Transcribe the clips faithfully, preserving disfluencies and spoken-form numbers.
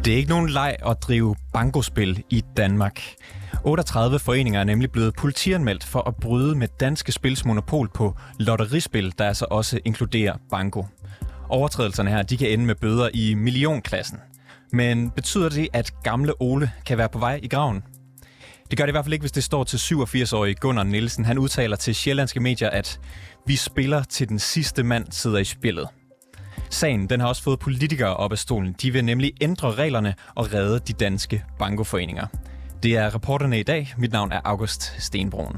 Det er ikke nogen leg at drive bankospil i Danmark. otteogtredive foreninger er nemlig blevet politianmeldt for at bryde med danske spils monopol på lotterispil, der altså også inkluderer banko. Overtrædelserne her, de kan ende med bøder i millionklassen. Men betyder det, at gamle Ole kan være på vej i graven? Det gør det i hvert fald ikke, hvis det står til syvogfirs-årige Gunnar Nielsen. Han udtaler til sjællandske medier, at vi spiller til den sidste mand sidder i spillet. Sagen den har også fået politikere op af stolen. De vil nemlig ændre reglerne og redde de danske bankoforeninger. Det er reporterne i dag. Mit navn er August Stenbroen.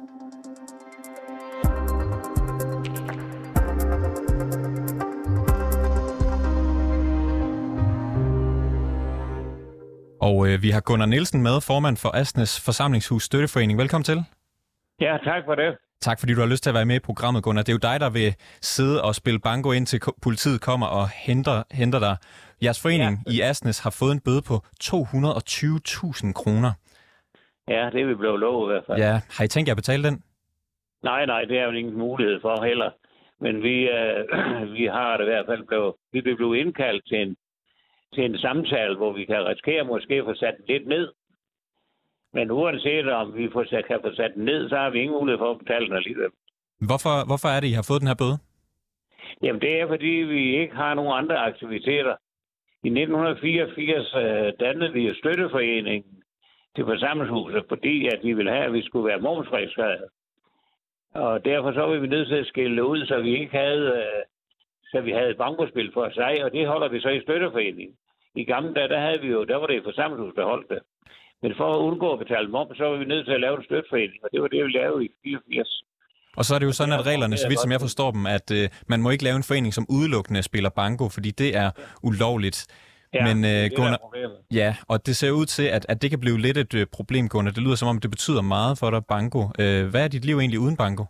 Og øh, vi har Gunnar Nielsen med, formand for Asnes Forsamlingshus Støtteforening. Velkommen til. Ja, tak for det. Tak fordi du har lyst til at være med i programmet, Gunnar. Det er jo dig, der vil sidde og spille banko, indtil politiet kommer og henter, henter dig. Jeres forening ja. i Asnes har fået en bøde på to hundrede og tyve tusind kroner. Ja, det er vi blevet lovet i hvert fald. Ja, har I tænkt jer at betale den? Nej, nej, det er jo ingen mulighed for heller. Men vi, øh, vi har det i hvert fald blevet, vi vil blive indkaldt til en, til en samtale, hvor vi kan risikere måske at få sat lidt ned. Men uanset om vi får sat, kan få sat den ned, så har vi ingen mulighed for at betale den alligevel. Hvorfor, hvorfor er det, I har fået den her bøde? Jamen, det er, fordi vi ikke har nogen andre aktiviteter. I nitten fireogfirs øh, dannede vi Støtteforeningen til Forsamlingshuset, fordi at vi ville have, at vi skulle være momsregistreret. Og derfor så var vi nødt til at skille ud, så vi ikke havde, øh, så vi havde et bankospil for sig, og det holder vi så i Støtteforeningen. I gamle dage, der havde vi jo, der var det et forsamlingshus, der holdt det. Men for at undgå at betale moms, så var vi nødt til at lave en støtteforening, og det var det, vi lavede i fireogfirs. Og så er det jo sådan, at reglerne, så vidt som jeg forstår dem, at øh, man må ikke lave en forening, som udelukkende spiller banko, fordi det er ulovligt. Ja, Men, øh, det Gunnar, er ja, og det ser ud til, at, at det kan blive lidt et øh, problem, Gunnar. Det lyder som om, det betyder meget for dig, banko. Øh, hvad er dit liv egentlig uden banko?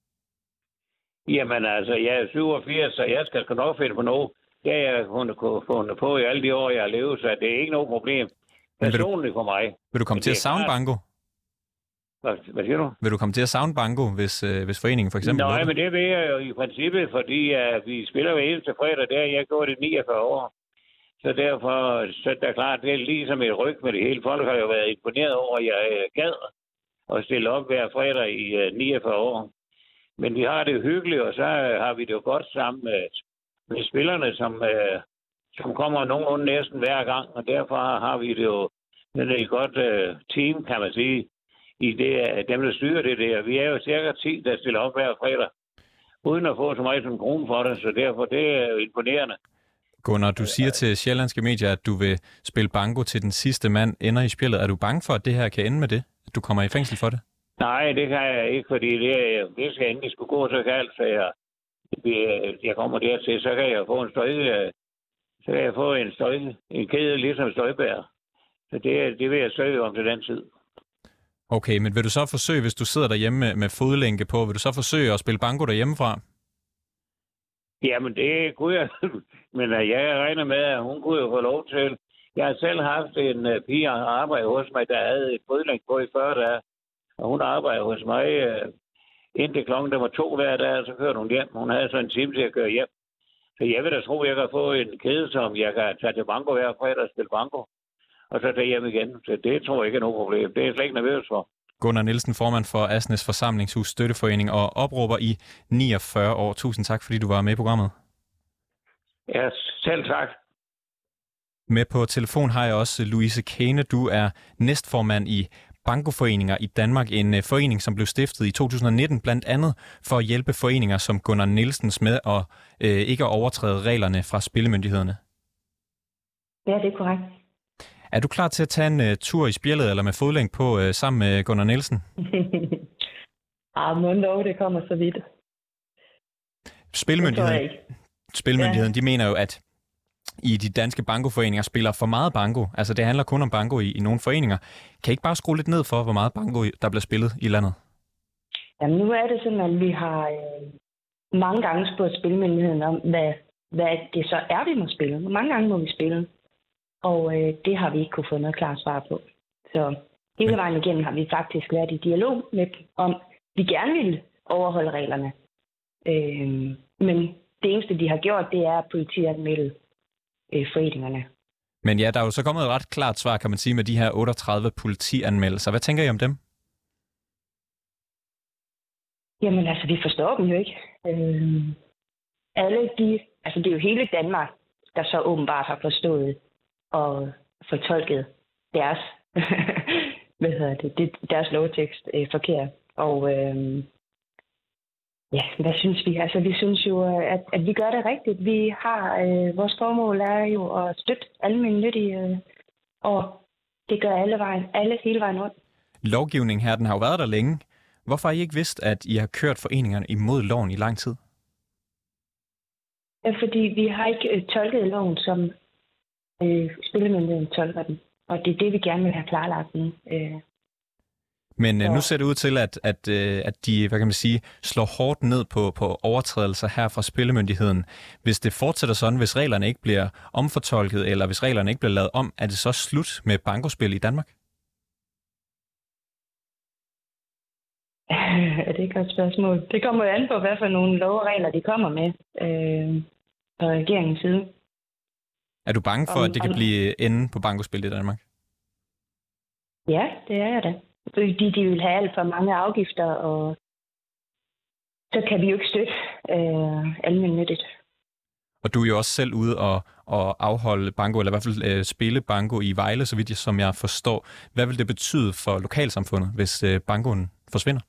Jamen altså, jeg er syvogfirs, så jeg skal nok finde på noget. Det har jeg fundet på i alle de år, jeg har levet, så det er ikke noget problem. Personligt for mig. Vil du komme til at savne banko? Hvad, hvad siger du? Vil du komme til at savne banko, hvis, øh, hvis foreningen for eksempel... Nej, men det vil jeg jo i princippet, fordi uh, vi spiller hver eneste fredag, der jeg har gjort det niogfyrre år. Så derfor så det er klart, det er ligesom et ryg med det hele. Folk har jo været imponeret over, at jeg uh, gad at stille op hver fredag i uh, niogfyrre år. Men vi har det hyggeligt, og så uh, har vi det jo godt sammen med, med spillerne, som... Uh, som kommer nogenlunde næsten hver gang, og derfor har vi det jo det er et godt uh, team, kan man sige, i det, dem, der styrer det der. Vi er jo cirka ti, der stiller op hver fredag, uden at få så meget som en krone for det, så derfor det er jo imponerende. Gunnar, du siger til sjællandske medier, at du vil spille banko til den sidste mand ender i spillet. Er du bange for, at det her kan ende med det? At du kommer i fængsel for det? Nej, det kan jeg ikke, fordi det, det skal endelig skulle gå så galt, så jeg, jeg kommer dertil, så kan jeg få en støj... Så kan jeg få en støj, en kæde ligesom støjbær. Så det, det vil jeg søge om til den tid. Okay, men vil du så forsøge, hvis du sidder derhjemme med, med fodlænke på, vil du så forsøge at spille banko derhjemmefra? Jamen det kunne jeg, men jeg regner med, at hun kunne jo få lov til. Jeg har selv haft en uh, pige arbejde hos mig, der havde et fodlænke på i fyrre dage. Og hun arbejdede hos mig uh, indtil klokken, der var to hver dag, og så kørte hun hjem. Hun havde så en time til at køre hjem. Så jeg vil da tro, at jeg kan få en kæde, som jeg kan tage til banko hver fredag og spille banko, og så tage hjem igen. Så det tror jeg ikke er noget problem. Det er jeg slet ikke nervøs for. Gunnar Nielsen, formand for Asnes Forsamlingshus Støtteforening og opråber i niogfyrre år. Tusind tak, fordi du var med i programmet. Ja, selv tak. Med på telefon har jeg også Louise Kane. Du er næstformand i Bankoforeninger i Danmark, en forening, som blev stiftet i to tusind og nitten, blandt andet for at hjælpe foreninger som Gunnar Nielsens med at øh, ikke at overtræde reglerne fra spillemyndighederne. Ja, det er korrekt. Er du klar til at tage en uh, tur i spjældet eller med fodlænk på uh, sammen med Gunnar Nielsen? Ah, men dog, det kommer så vidt. Spillemyndigheden, Spillemyndigheden, ja. De mener jo, at i de danske bankoforeninger spiller for meget banko. Altså det handler kun om banko i, i nogle foreninger. Kan I ikke bare skrue lidt ned for, hvor meget banko der bliver spillet i landet? Jamen nu er det sådan, at vi har øh, mange gange spurgt spillemyndigheden om, hvad, hvad det så er, vi må spille. Hvor mange gange må vi spille? Og øh, det har vi ikke kunne få noget klart svar på. Så hele vejen igennem har vi faktisk været i dialog med om, vi gerne vil overholde reglerne. Øh, men det eneste, de har gjort, det er at politianmelde øh, foreningerne. Men ja, der er jo så kommet et ret klart svar, kan man sige, med de her otteogtredive politianmeldelser. Hvad tænker I om dem? Jamen altså, vi forstår dem jo ikke. Øh, alle de, altså det er jo hele Danmark, der så åbenbart har forstået og fortolket deres, hvad hedder det, det deres lovtekst øh, forkert. Og øh, ja, hvad synes vi? Altså, vi synes jo, at, at vi gør det rigtigt. Vi har, øh, vores formål er jo at støtte almennyttige, øh, og det gør alle vejen, alle hele vejen rundt. Lovgivningen her, den har jo været der længe. Hvorfor har I ikke vidst, at I har kørt foreningerne imod loven i lang tid? Ja, fordi vi har ikke øh, tolket loven, som øh, spillemyndigheden tolker den. Og det er det, vi gerne vil have klarlagt nu. Øh. Men øh, nu ser det ud til, at, at, øh, at de, hvad kan man sige, slår hårdt ned på, på overtrædelser her fra spillemyndigheden. Hvis det fortsætter sådan, hvis reglerne ikke bliver omfortolket, eller hvis reglerne ikke bliver lavet om, er det så slut med bankospil i Danmark? Det er et godt spørgsmål. Det kommer jo an på, hvad for nogle lov og regler de kommer med øh, på regeringens side. Er du bange for, om, at det kan om... blive enden på bankospil i Danmark? Ja, det er jeg da. Fordi de vil have alt for mange afgifter, og så kan vi jo ikke støtte øh, almennyttigt. Og du er jo også selv ude og, og afholde banko, eller i hvert fald øh, spille banko i Vejle, så vidt jeg, som jeg forstår. Hvad vil det betyde for lokalsamfundet, hvis øh, bankoen forsvinder?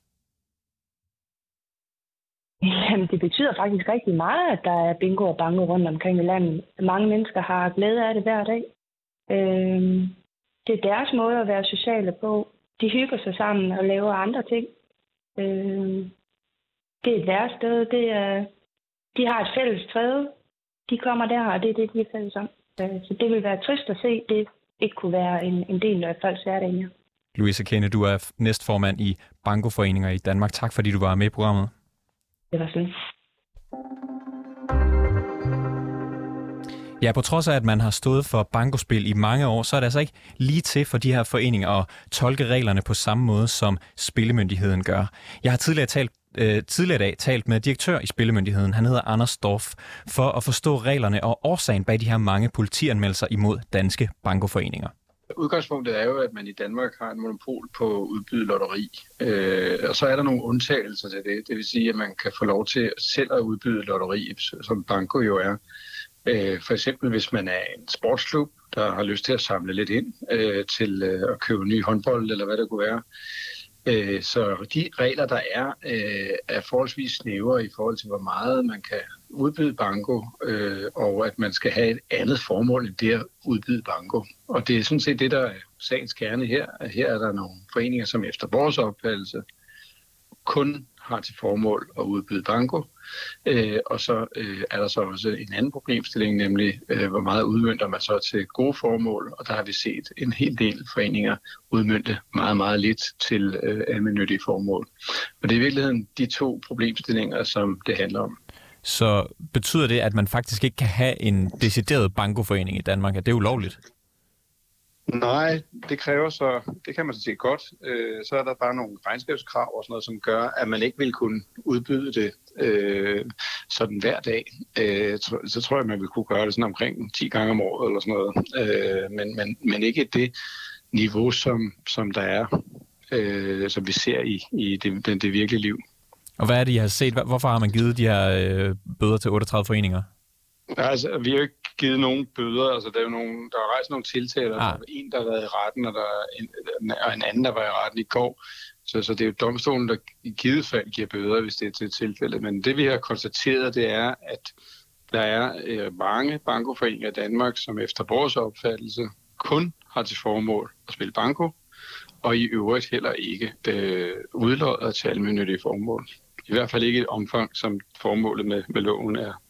Jamen, det betyder faktisk rigtig meget, at der er bingo og banko rundt omkring i landet. Mange mennesker har glæde af det hver dag. Øh, det er deres måde at være sociale på. De hygger sig sammen og laver andre ting. Øh, det er deres sted. Det er, de har et fælles træde. De kommer der, og det er det, de er fælles om. Så det vil være trist at se, det ikke kunne være en, en del af folks hverdag. Louise Kenne, du er næstformand i Bankoforeninger i Danmark. Tak fordi du var med i programmet. Det var sådan. Ja, på trods af, at man har stået for bankospil i mange år, så er det altså ikke lige til for de her foreninger at tolke reglerne på samme måde, som Spillemyndigheden gør. Jeg har tidligere, talt, øh, tidligere dag talt med direktør i Spillemyndigheden, han hedder Anders Dorf, for at forstå reglerne og årsagen bag de her mange politianmeldelser imod danske bankoforeninger. Udgangspunktet er jo, at man i Danmark har en monopol på at udbyde lotteri, øh, og så er der nogle undtagelser til det. Det vil sige, at man kan få lov til selv at udbyde lotteri, som banko jo er. For eksempel hvis man er en sportsklub, der har lyst til at samle lidt ind øh, til øh, at købe ny håndbold eller hvad det kunne være. Øh, så de regler, der er, øh, er forholdsvis snævre i forhold til, hvor meget man kan udbyde banko, øh, og at man skal have et andet formål end det at udbyde banko. Og det er sådan set det, der er sagens kerne her. Her er der nogle foreninger, som efter vores opfattelse kun har til formål at udbyde banko. Øh, og så øh, er der så også en anden problemstilling, nemlig øh, hvor meget udmønter man så til gode formål, og der har vi set en hel del foreninger udmønte meget, meget lidt til øh, almennyttige formål. Og det er i virkeligheden de to problemstillinger, som det handler om. Så betyder det, at man faktisk ikke kan have en decideret bankoforening i Danmark? Er det ulovligt? Nej, det kræver så, det kan man så sige godt. Øh, så er der bare nogle regnskabskrav og sådan noget, som gør, at man ikke vil kunne udbyde det øh, sådan hver dag. Øh, så tror jeg, man vil kunne gøre det sådan omkring ti gange om året eller sådan noget. Øh, men, men, men ikke det niveau, som, som der er, øh, som vi ser i, i det, det, det virkelige liv. Og hvad er det, I har set? Hvorfor har man givet de her øh, bøder til otteogtredive foreninger? Altså, vi har jo ikke givet nogen bøder. Altså, der er jo nogen, der har rejst nogle tiltaler. Ah. Der er en, der har været i retten, og, der er en, og en anden, der var i retten i går. Så, så det er jo domstolen, der i givet fald giver bøder, hvis det er til tilfælde. Men det, vi har konstateret, det er, at der er øh, mange bankoforeninger i Danmark, som efter vores opfattelse kun har til formål at spille banko, og i øvrigt heller ikke øh, udlodder til almennyttige formål. I hvert fald ikke et omfang, som formålet med, med loven er.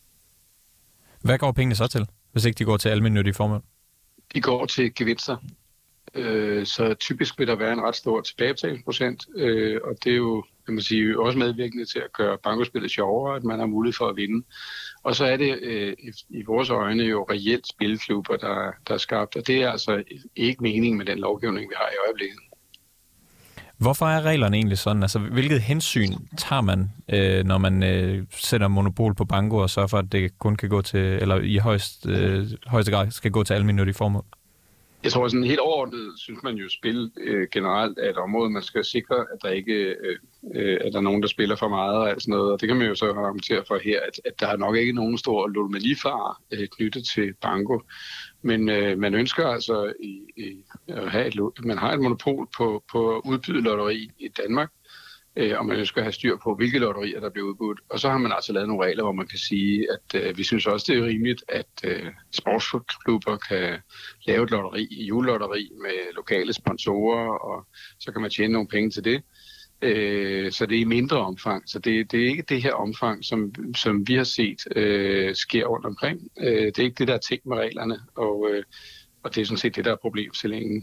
Hvad går pengene så til, hvis ikke de går til almennyttige formål? De går til gevinster. Øh, så typisk vil der være en ret stor tilbagebetalingsprocent, øh, og det er jo, kan man sige, også medvirkende til at gøre bankospillet sjovere, at man har mulighed for at vinde. Og så er det øh, i vores øjne jo reelt spilklubber, der, der er skabt, og det er altså ikke meningen med den lovgivning, vi har i øjeblikket. Hvorfor er reglerne egentlig sådan? Altså, hvilket hensyn tager man, øh, når man øh, sætter monopol på banko og sørger for, at det kun kan gå til, eller i højst, øh, højeste grad skal gå til almennyttige formål? Jeg tror, sådan helt overordnet synes man jo, spil øh, generelt er et område, man skal sikre, at der ikke øh, øh, at der er nogen, der spiller for meget og alt sådan noget. Og det kan man jo så argumentere for her, at, at der er nok ikke nogen stor ludomanifare øh, knyttet til banko. Men øh, man ønsker altså i, i, at have et, man har et monopol på, på at udbyde lotteri i Danmark, øh, og man ønsker at have styr på, hvilke lotterier, der bliver udbudt. Og så har man altså lavet nogle regler, hvor man kan sige, at øh, vi synes også, det er rimeligt, at øh, sportsklubber kan lave et lotteri, julelotteri med lokale sponsorer, og så kan man tjene nogle penge til det. Øh, så det er i mindre omfang. Så det, det er ikke det her omfang, som, som vi har set øh, sker rundt omkring. Øh, det er ikke det, der er tænkt med reglerne, og, øh, og det er sådan set det, der er problemstillingen.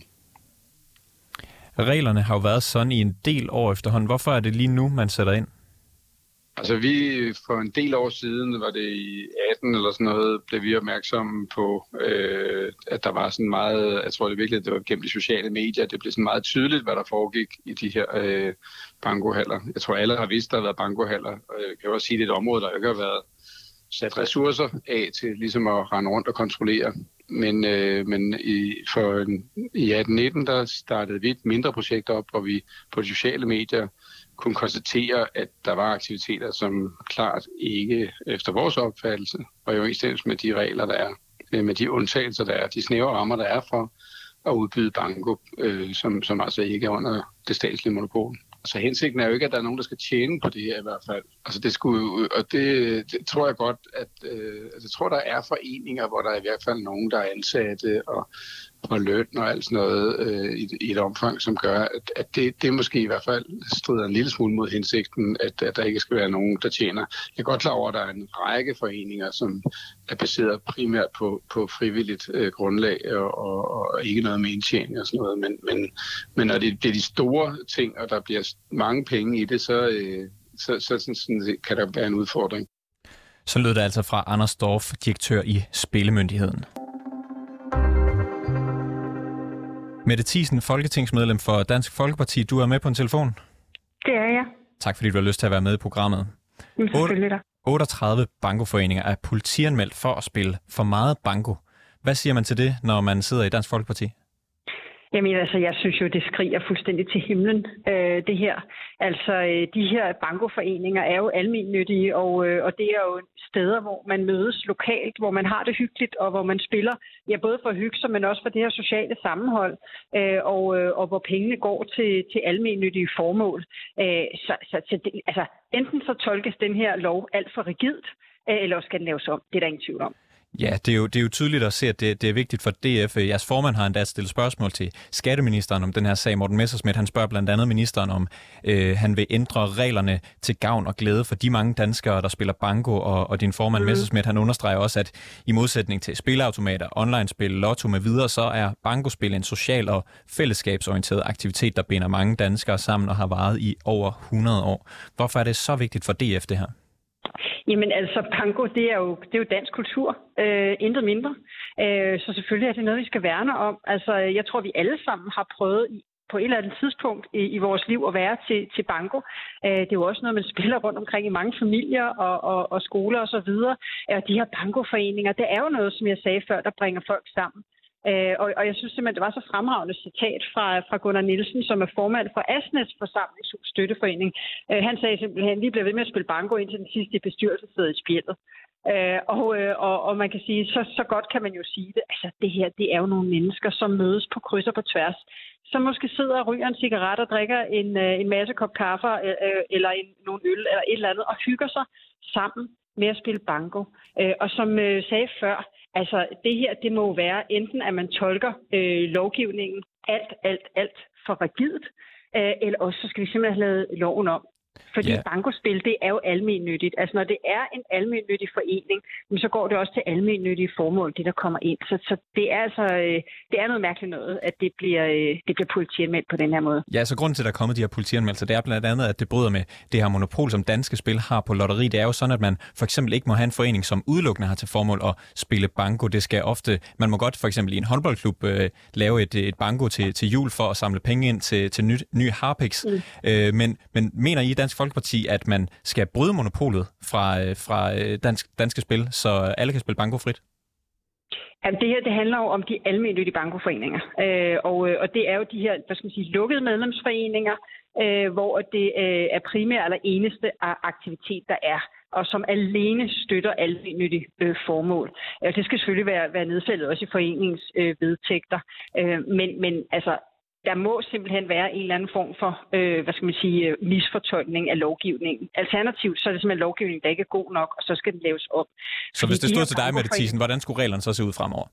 Reglerne har jo været sådan i en del år efterhånden. Hvorfor er det lige nu, man sætter ind? Altså vi, for en del år siden, var det i atten eller sådan noget, blev vi opmærksomme på, øh, at der var sådan meget, jeg tror det virkelig, det var gennem de sociale medier, det blev sådan meget tydeligt, hvad der foregik i de her øh, bankohaller. Jeg tror alle har vidst, der har været bankohaller, og jeg kan også sige, at det er et område, der ikke har været sat ressourcer af til ligesom at rende rundt og kontrollere. Men, øh, men i, for en, i atten nitten, der startede vi et mindre projekt op, hvor vi på de sociale medier kunne konstatere, at der var aktiviteter, som klart ikke efter vores opfattelse var i overensstemmelse med de regler, der er, med de undtagelser, der er, de snævre rammer, der er for at udbyde banko, øh, som, som altså ikke er under det statslige monopol. Så hensigten er jo ikke, at der er nogen, der skal tjene på det her i hvert fald. Altså det skulle, og det, det tror jeg godt, at øh, jeg tror, der er foreninger, hvor der er i hvert fald nogen, der er ansatte og, og løn og alt sådan noget øh, i, i et omfang, som gør, at, at det, det måske i hvert fald strider en lille smule mod hensigten, at, at der ikke skal være nogen, der tjener. Jeg er godt klar over, at der er en række foreninger, som er baseret primært på, på frivilligt øh, grundlag og, og, og ikke noget med indtjening og sådan noget. Men, men, men når det, det er de store ting, og der bliver mange penge i det, så, øh, så, så sådan, sådan, kan der være en udfordring. Så lød det altså fra Anders Dorf, direktør i Spillemyndigheden. Mette Thiesen, folketingsmedlem for Dansk Folkeparti. Du er med på en telefon. Det er jeg. Tak fordi du har lyst til at være med i programmet. otteogtredive bankoforeninger er politianmeldt for at spille for meget banko. Hvad siger man til det, når man sidder i Dansk Folkeparti? Jamen altså, jeg synes jo, det skriger fuldstændig til himlen, øh, det her. Altså, øh, de her bankoforeninger er jo almennyttige, og, øh, og det er jo steder, hvor man mødes lokalt, hvor man har det hyggeligt, og hvor man spiller, ja, både for at hygge sig, men også for det her sociale sammenhold, øh, og, øh, og hvor pengene går til, til almennyttige formål. Øh, så, så, så det, altså, enten så tolkes den her lov alt for rigidt, øh, eller også skal den laves om. Det er der ingen tvivl om. Ja, det er, jo, det er jo tydeligt at se, at det, det er vigtigt for D F. Jeres formand har endda stillet spørgsmål til skatteministeren om den her sag. Morten Messerschmidt, han spørger blandt andet ministeren om, øh, han vil ændre reglerne til gavn og glæde for de mange danskere, der spiller banko. Og, og din formand mm. Messerschmidt, han understreger også, at i modsætning til spilleautomater, online-spil, lotto med videre, så er bankospil en social og fællesskabsorienteret aktivitet, der binder mange danskere sammen og har varet i over hundrede år. Hvorfor er det så vigtigt for D F, det her? Jamen altså, banko, det er jo, det er jo dansk kultur, øh, intet mindre. Øh, så selvfølgelig er det noget, vi skal værne om. Altså, jeg tror, vi alle sammen har prøvet i, på et eller andet tidspunkt i, i vores liv at være til, til banko. Øh, det er jo også noget, man spiller rundt omkring i mange familier og, og, og skoler og så videre. Og de her bankoforeninger, det er jo noget, som jeg sagde før, der bringer folk sammen. Øh, og, og jeg synes simpelthen, det var så fremragende citat fra, fra Gunnar Nielsen, som er formand for Asnæs Forsamlingshus Støtteforening. Øh, han sagde simpelthen, at vi bliver ved med at spille banko indtil den sidste bestyrelse sidder i spjældet. Øh, og, og, og man kan sige, så, så godt kan man jo sige det. Altså det her, det er jo nogle mennesker, som mødes på kryds og på tværs. Som måske sidder og ryger en cigaret og drikker en, en masse kop kaffe øh, eller en, nogle øl eller et eller andet og hygger sig sammen med at spille banko. Øh, og som øh, sagde før, altså, det her, det må være enten, at man tolker øh, lovgivningen alt, alt, alt for rigidt, øh, eller også så skal vi simpelthen have lavet loven om. Fordi yeah. bankospil, det er jo almennyttigt. Altså når det er en almennyttig forening, så går det også til almennyttige formål, det der kommer ind. Så, så det er altså det er noget mærkeligt noget, at det bliver, det bliver politianmeldt på den her måde. Ja, så grunden til, at der er kommet de her politianmeldelser, det er blandt andet, at det bryder med det her monopol, som Danske Spil har på lotteri. Det er jo sådan, at man for eksempel ikke må have en forening, som udelukkende har til formål at spille banko. Det skal ofte, man må godt for eksempel i en håndboldklub øh, lave et, et banko til, til jul for at samle penge ind til, til nyt, ny Harpix. Mm. Øh, men, men mener I i Dansk Folkeparti, at man skal bryde monopolet fra, øh, fra dansk, Danske Spil, så alle kan spille banko frit? Jamen, det her det handler jo om de almennyttige bankoforeninger, øh, og, og det er jo de her, hvad skal man sige, lukkede medlemsforeninger, øh, hvor det øh, er primært eller eneste aktivitet, der er, og som alene støtter almennyttige øh, formål. Øh, det skal selvfølgelig være, være nedsættet også i foreningens øh, vedtægter, øh, men, men altså der må simpelthen være en eller anden form for, øh, hvad skal man sige, misfortolkning af lovgivningen. Alternativt, så er det simpelthen lovgivning, der ikke er god nok, og så skal den laves op. Så Fordi hvis det stod de til dig, Mette Thiesen, hvordan skulle reglerne så se ud fremover?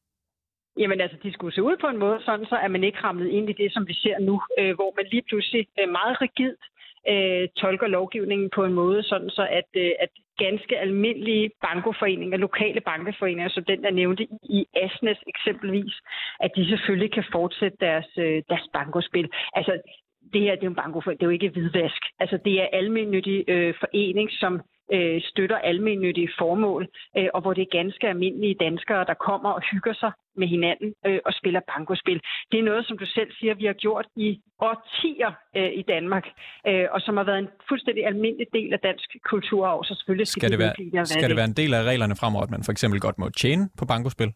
Jamen altså, de skulle se ud på en måde, sådan så er man ikke ramlet ind i det, som vi ser nu, øh, hvor man lige pludselig øh, meget rigidt øh, tolker lovgivningen på en måde, sådan så at, øh, at ganske almindelige bankoforeninger, lokale bankoforeninger, som den, der nævnte i Asnes eksempelvis, at de selvfølgelig kan fortsætte deres, øh, deres bankospil. Altså, det her det er jo en bankoforening, det er jo ikke hvidvask. Altså, det er almennyttig øh, forening, som øh, støtter almennyttige formål, øh, og hvor det er ganske almindelige danskere, der kommer og hygger sig med hinanden øh, og spiller bankospil. Det er noget, som du selv siger, vi har gjort i årtier øh, i Danmark, øh, og som har været en fuldstændig almindelig del af dansk kulturarv, så selvfølgelig skal, skal det være, være skal det være en del af reglerne fremover, at man for eksempel godt må tjene på bankospil?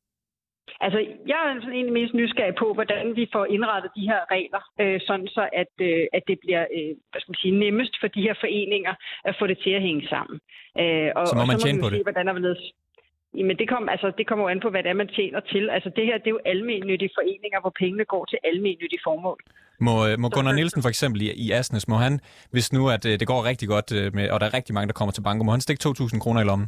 Altså, jeg er egentlig mest nysgerrig på, hvordan vi får indrettet de her regler, øh, sådan så at, øh, at det bliver øh, hvad skal man sige, nemmest for de her foreninger at få det til at hænge sammen. Øh, og, så må og man så tjene må på se, det? Hvordan er det? Jamen, det, kom, altså, det kommer jo an på, hvad det er, man tjener til. Altså, det her det er jo almennyttige foreninger, hvor pengene går til almennyttige formål. Må, må Gunnar Nielsen for eksempel i, i Asnes, må han, hvis nu at det går rigtig godt, med, og der er rigtig mange, der kommer til banko, må han stikke to tusind kroner i lommen?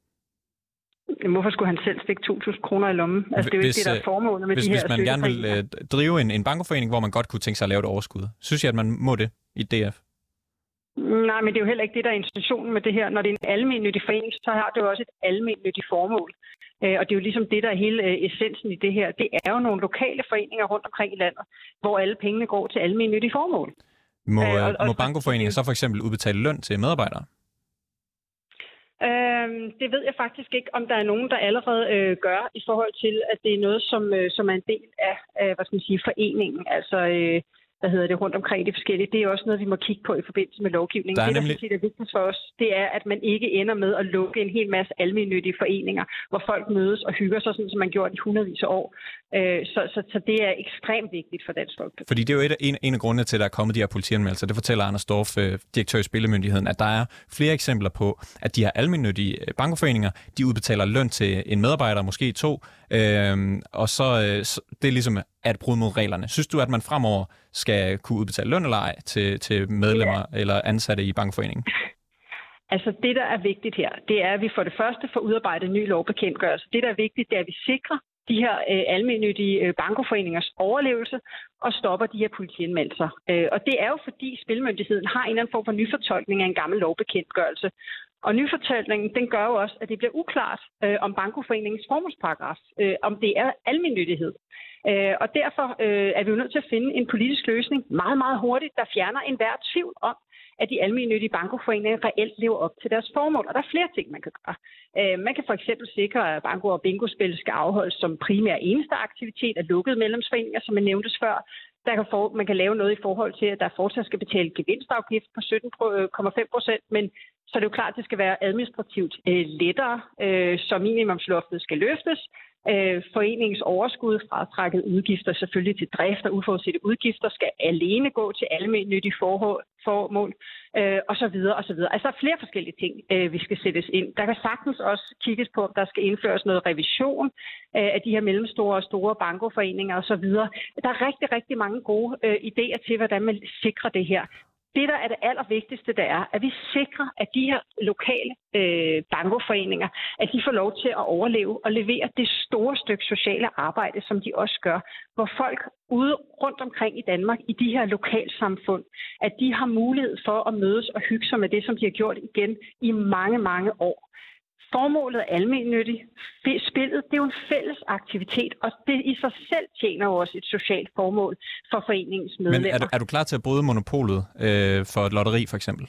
Hvorfor skulle han selv stikke to tusind kroner i lommen? Altså, det er jo hvis, ikke det, der er formålet med hvis, de her Hvis man gerne vil uh, drive en, en bankoforening, hvor man godt kunne tænke sig at lave et overskud, synes jeg, at man må det i D F? Nej, men det er jo heller ikke det, der er intentionen med det her. Når det er en almennyttig forening, så har det jo også et almennyttigt formål. Og det er jo ligesom det, der er hele essensen i det her. Det er jo nogle lokale foreninger rundt omkring i landet, hvor alle pengene går til almennyttige formål. Må, og, og, må bankoforeninger så for eksempel udbetale løn til medarbejdere? Øhm, det ved jeg faktisk ikke, om der er nogen, der allerede øh, gør i forhold til, at det er noget, som, øh, som er en del af, af hvad skal man sige, foreningen. Altså, øh, hvad hedder det, rundt omkring de forskellige. Det er også noget, vi må kigge på i forbindelse med lovgivningen. Det, nemlig... der er vigtigt for os, det er, at man ikke ender med at lukke en hel masse almennyttige foreninger, hvor folk mødes og hygger sig, sådan som man gjort i hundredvis af år. Øh, så, så, så det er ekstremt vigtigt for Dansk Folkeparti. Fordi det er jo et, en, en af grundene til, at der er kommet de her politianmeldelser. Det fortæller Anders Dorf, direktør i Spillemyndigheden, at der er flere eksempler på, at de her almennyttige bankoforeninger, de udbetaler løn til en medarbejder, måske to, øh, og så, så det er ligesom at bryde mod reglerne. Synes du, at man fremover skal kunne udbetale løn eller ej til, til medlemmer ja. eller ansatte i bankforeningen? Altså det, der er vigtigt her, det er, at vi for det første får udarbejdet en ny lovbekendtgørelse. Det, der er vigtigt, det er, at vi sikrer de her øh, almennyttige øh, bankoforeningers overlevelse og stopper de her politianmeldelser. Øh, og det er jo fordi Spillemyndigheden har en eller anden form for nyfortolkning af en gammel lovbekendtgørelse. Og nyfortolkningen, den gør jo også, at det bliver uklart øh, om bankoforeningens formålsparagraf, øh, om det er almennyttighed. Øh, og derfor øh, er vi jo nødt til at finde en politisk løsning meget, meget hurtigt, der fjerner enhver tvivl om, at de almennyttige bankoforeninger reelt lever op til deres formål. Og der er flere ting, man kan gøre. Øh, man kan for eksempel sikre, at banko- og bingospil skal afholdes som primær eneste aktivitet af lukkede medlemsforeninger, som man nævntes før. Der kan for, man kan lave noget i forhold til, at der fortsat skal betale gevinstafgift på sytten komma fem procent, men så er det jo klart, at det skal være administrativt øh, lettere, øh, så minimumsloftet skal løftes. Øh, foreningens overskud fratrækket udgifter selvfølgelig til drift og uforudsete udgifter skal alene gå til almennyttige forhold, formål øh, og så videre og så videre. Altså der er flere forskellige ting, øh, vi skal sættes ind. Der kan sagtens også kigges på, om der skal indføres noget revision øh, af de her mellemstore og store bankoforeninger og så videre. Der er rigtig, rigtig mange gode øh, idéer til, hvordan man sikrer det her. det, der er det allervigtigste, det er, at vi sikrer, at de her lokale øh, bankoforeninger, at de får lov til at overleve og levere det store stykke sociale arbejde, som de også gør, hvor folk ude rundt omkring i Danmark, i de her lokalsamfund, at de har mulighed for at mødes og hygge sig med det, som de har gjort igen i mange, mange år. Formålet er almennyttigt. Spillet, det er jo en fælles aktivitet, og det i sig selv tjener jo også et socialt formål for foreningens medlemmer. Men er du, er du klar til at bryde monopolet øh, for et lotteri, for eksempel?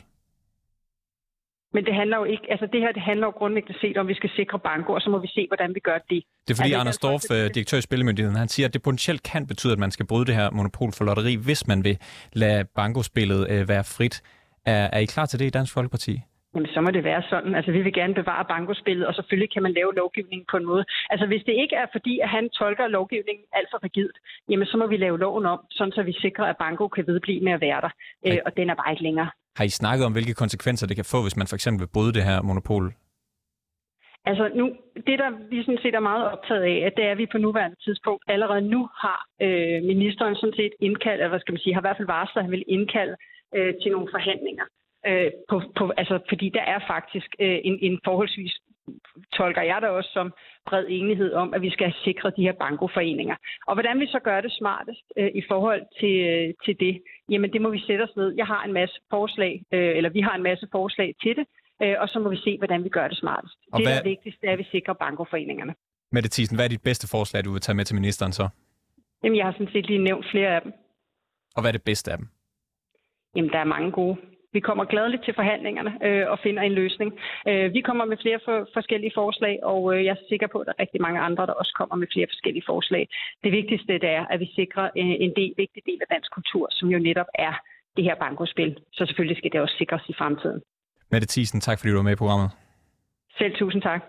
Men det handler jo ikke, altså det her, det handler jo grundlæggende set om, vi skal sikre banko, og så må vi se, hvordan vi gør det. Det er fordi altså, Anders Dorf, det... direktør i Spillemyndigheden, han siger, at det potentielt kan betyde, at man skal bryde det her monopol for lotteri, hvis man vil lade bankospillet øh, være frit. Er, er I klar til det i Dansk Folkeparti? Jamen, så må det være sådan. Altså, vi vil gerne bevare bankospillet, og selvfølgelig kan man lave lovgivning på en måde. Altså, hvis det ikke er fordi, at han tolker lovgivningen alt for rigidt, jamen, så må vi lave loven om, sådan så vi sikrer, at banko kan vedblive med at være der. Øh, og den er bare ikke længere. Har I snakket om, hvilke konsekvenser det kan få, hvis man for eksempel vil bryde det her monopol? Altså nu, det der vi sådan set er meget optaget af, at det er, at vi på nuværende tidspunkt allerede nu har øh, ministeren sådan set indkaldt, eller hvad skal man sige, har i hvert fald varslet, at han vil indkalde øh, til nogle forhandlinger. Øh, på, på, altså, fordi der er faktisk øh, en, en forholdsvis, tolker jeg der også som bred enighed om, at vi skal sikre de her bankoforeninger. Og hvordan vi så gør det smartest øh, i forhold til, øh, til det, jamen det må vi sætte os ned. Jeg har en masse forslag, øh, eller vi har en masse forslag til det, øh, og så må vi se, hvordan vi gør det smartest. Og det, hvad... der er vigtigst, er, at vi sikrer bankoforeningerne. Mette Thiesen, hvad er dit bedste forslag, du vil tage med til ministeren så? Jamen jeg har sådan set lige nævnt flere af dem. Og hvad er det bedste af dem? Jamen der er mange gode. Vi kommer gladeligt til forhandlingerne øh, og finder en løsning. Øh, vi kommer med flere for, forskellige forslag, og øh, jeg er sikker på, at der er rigtig mange andre, der også kommer med flere forskellige forslag. Det vigtigste det er, at vi sikrer øh, en del, vigtig del af dansk kultur, som jo netop er det her bankospil. Så selvfølgelig skal det også sikres i fremtiden. Mette Thiesen, tak fordi du var med i programmet. Selv tusind tak.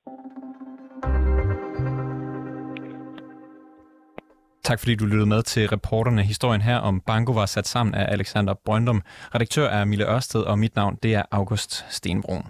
Tak fordi du lyttede med til Reporterne. Historien her om banko var sat sammen af Alexander Brøndum. Redaktør er Mille Ørsted, og mit navn det er August Stenbroen.